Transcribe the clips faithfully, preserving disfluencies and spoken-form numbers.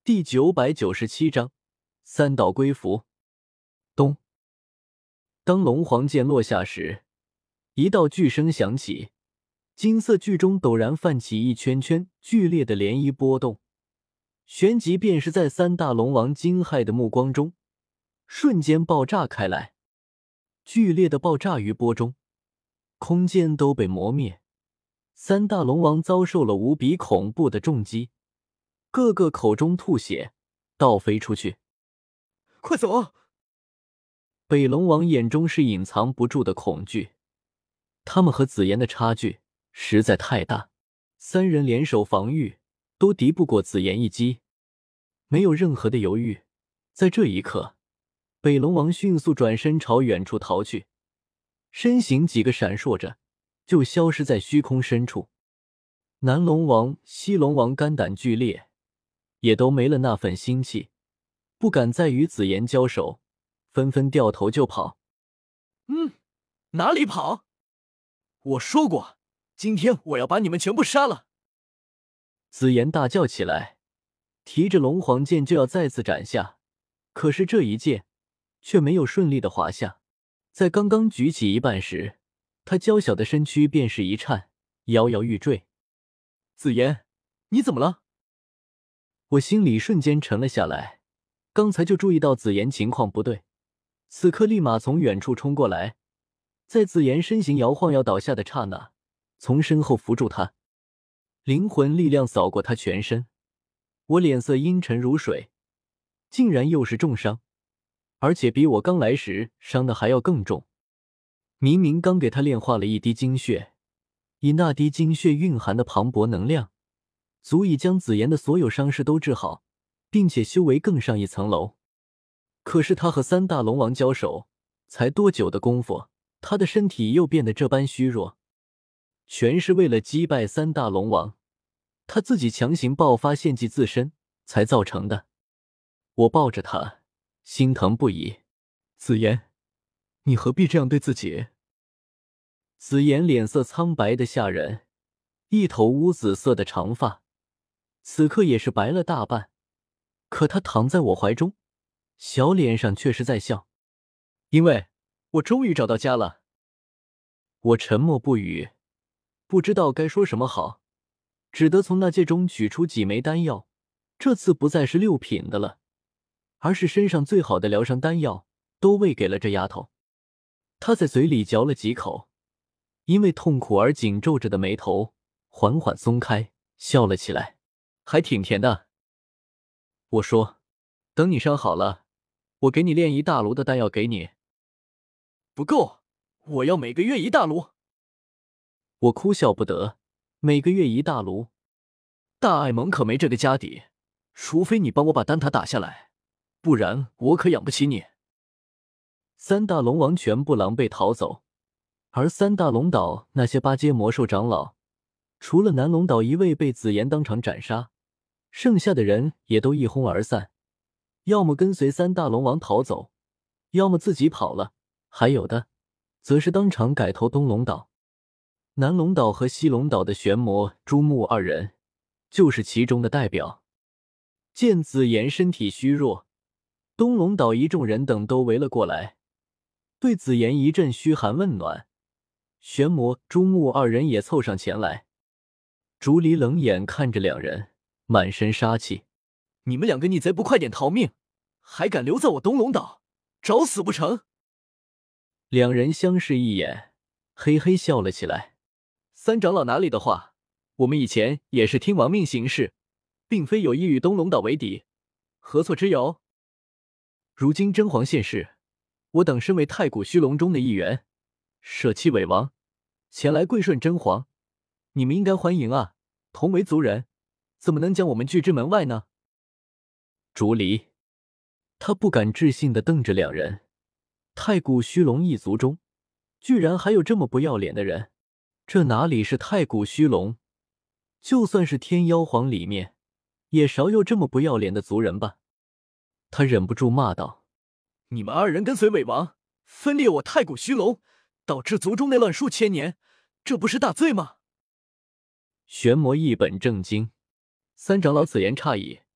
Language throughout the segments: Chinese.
第九百九十七章三岛归服。咚！当龙皇剑落下时，一道巨声响起，金色巨中陡然泛起一圈圈剧烈的涟漪波动，旋即便是在三大龙王惊骇的目光中，瞬间爆炸开来。剧烈的爆炸余波中，空间都被磨灭，三大龙王遭受了无比恐怖的重击，个个口中吐血，倒飞出去。 快走！ 北龙王眼中是隐藏不住的恐惧，他们和紫妍的差距实在太大，三人联手防御都敌不过紫妍一击。没有任何的犹豫，在这一刻，北龙王迅速转身朝远处逃去，身形几个闪烁着就消失在虚空深处。南龙王、西龙王肝胆俱裂，也都没了那份心气，不敢再与紫妍交手，纷纷掉头就跑。 嗯，哪里跑？我说过，今天我要把你们全部杀了！ 紫妍大叫起来，提着龙皇剑就要再次斩下，可是这一剑却没有顺利的划下，在刚刚举起一半时，他娇小的身躯便是一颤，摇摇欲坠。 紫妍，你怎么了？ 我心里瞬间沉了下来，刚才就注意到紫妍情况不对，此刻立马从远处冲过来，在紫妍身形摇晃要倒下的刹那，从身后扶住她，灵魂力量扫过她全身。我脸色阴沉如水，竟然又是重伤，而且比我刚来时伤的还要更重。明明刚给她炼化了一滴精血，以那滴精血蕴含的磅礴能量，足以将紫妍的所有伤势都治好，并且修为更上一层楼。可是他和三大龙王交手才多久的功夫，他的身体又变得这般虚弱，全是为了击败三大龙王，他自己强行爆发献祭自身才造成的。我抱着他，心疼不已。 紫妍，你何必这样对自己？ 紫妍脸色苍白的吓人，一头乌紫色的长发，此刻也是白了大半，可她躺在我怀中，小脸上却是在笑。 因为我终于找到家了。 我沉默不语，不知道该说什么好，只得从那戒中取出几枚丹药，这次不再是六品的了，而是身上最好的疗伤丹药，都喂给了这丫头。她在嘴里嚼了几口，因为痛苦而紧皱着的眉头缓缓松开，笑了起来。 还挺甜的。 我说，等你伤好了，我给你炼一大炉的丹药给你。 不够，我要每个月一大炉。 我哭笑不得，每个月一大炉。 大爱盟可没这个家底，除非你帮我把丹塔打下来，不然我可养不起你。 三大龙王全部狼狈逃走，而三大龙岛那些八阶魔兽长老，除了南龙岛一位被紫妍当场斩杀，剩下的人也都一哄而散，要么跟随三大龙王逃走，要么自己跑了，还有的则是当场改投东龙岛。南龙岛和西龙岛的玄魔朱木二人就是其中的代表。见紫妍身体虚弱，东龙岛一众人等都围了过来，对紫妍一阵嘘寒问暖，玄魔朱木二人也凑上前来。竹离冷眼看着两人，满身杀气。 你们两个逆贼不快点逃命，还敢留在我东龙岛，找死不成？ 两人相视一眼，嘿嘿笑了起来。 三长老哪里的话，我们以前也是听王命行事，并非有意与东龙岛为敌，何错之有？ 如今真皇现世，我等身为太古虚龙中的一员，舍弃伪王，前来跪顺真皇，你们应该欢迎啊，同为族人，怎么能将我们拒之门外呢？竹离，他不敢置信地瞪着两人，太古虚龙一族中，居然还有这么不要脸的人，这哪里是太古虚龙，就算是天妖皇里面，也少有这么不要脸的族人吧。他忍不住骂道： 你们二人跟随伪王，分裂我太古虚龙，导致族中内乱数千年，这不是大罪吗？ 玄魔一本正经。三长老此言差矣，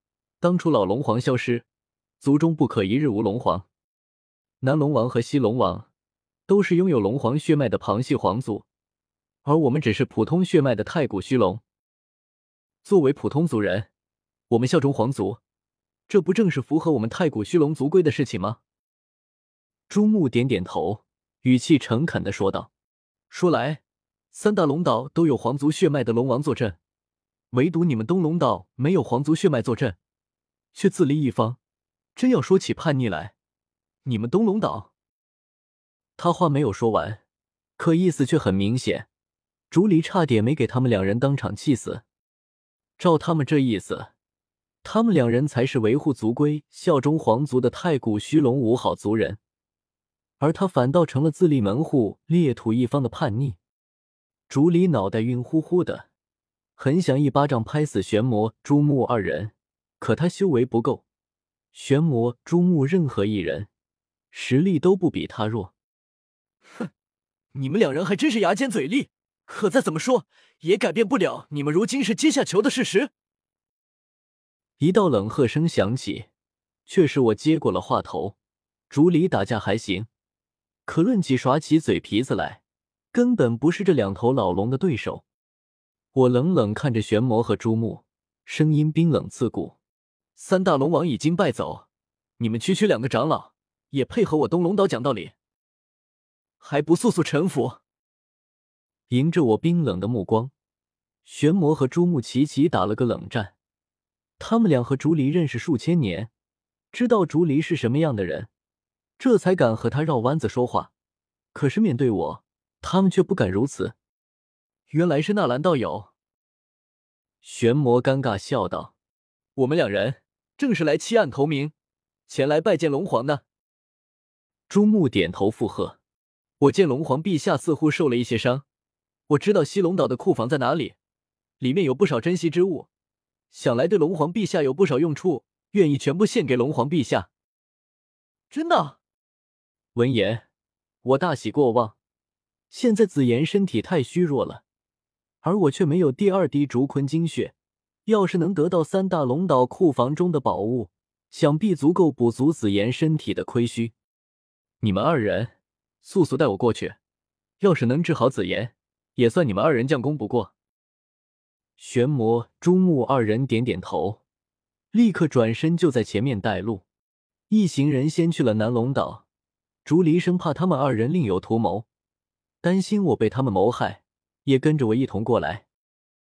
当初老龙皇消失，族中不可一日无龙皇。南龙王和西龙王都是拥有龙皇血脉的旁系皇族，而我们只是普通血脉的太古虚龙。作为普通族人，我们效忠皇族，这不正是符合我们太古虚龙族规的事情吗？ 朱木点点头，语气诚恳地说道： 说来，三大龙岛都有皇族血脉的龙王坐镇，唯独你们东龙岛没有皇族血脉坐镇，却自立一方。真要说起叛逆来，你们东龙岛…… 他话没有说完，可意思却很明显，竹离差点没给他们两人当场气死。照他们这意思，他们两人才是维护族规、效忠皇族的太古虚龙五好族人，而他反倒成了自立门户、裂土一方的叛逆。竹离脑袋晕乎乎的，很想一巴掌拍死玄魔、朱木二人，可他修为不够，玄魔、朱木任何一人实力都不比他弱。 哼，你们两人还真是牙尖嘴利，可再怎么说也改变不了你们如今是阶下囚的事实。 一道冷喝声响起，却是我接过了话头。竹离打架还行，可论起耍起嘴皮子来，根本不是这两头老龙的对手。我冷冷看着玄魔和朱木，声音冰冷刺骨： 三大龙王已经败走，你们区区两个长老也配合我东龙岛讲道理，还不速速臣服？ 迎着我冰冷的目光，玄魔和朱木齐齐打了个冷战。他们俩和竹离认识数千年，知道竹离是什么样的人，这才敢和他绕弯子说话。可是面对我，他们却不敢如此。 原来是纳兰道友。 玄魔尴尬笑道： 我们两人正是来弃暗投明，前来拜见龙皇的。 朱木点头附和： 我见龙皇陛下似乎受了一些伤，我知道西龙岛的库房在哪里，里面有不少珍稀之物，想来对龙皇陛下有不少用处，愿意全部献给龙皇陛下。真的？ 闻言，我大喜过望。现在紫妍身体太虚弱了，而我却没有第二滴竹坤精血，要是能得到三大龙岛库房中的宝物，想必足够补足紫妍身体的亏虚。 你们二人速速带我过去，要是能治好紫妍，也算你们二人将功补过。 玄魔、朱木二人点点头，立刻转身就在前面带路。一行人先去了南龙岛，竹离生怕他们二人另有图谋，担心我被他们谋害，也跟着我一同过来。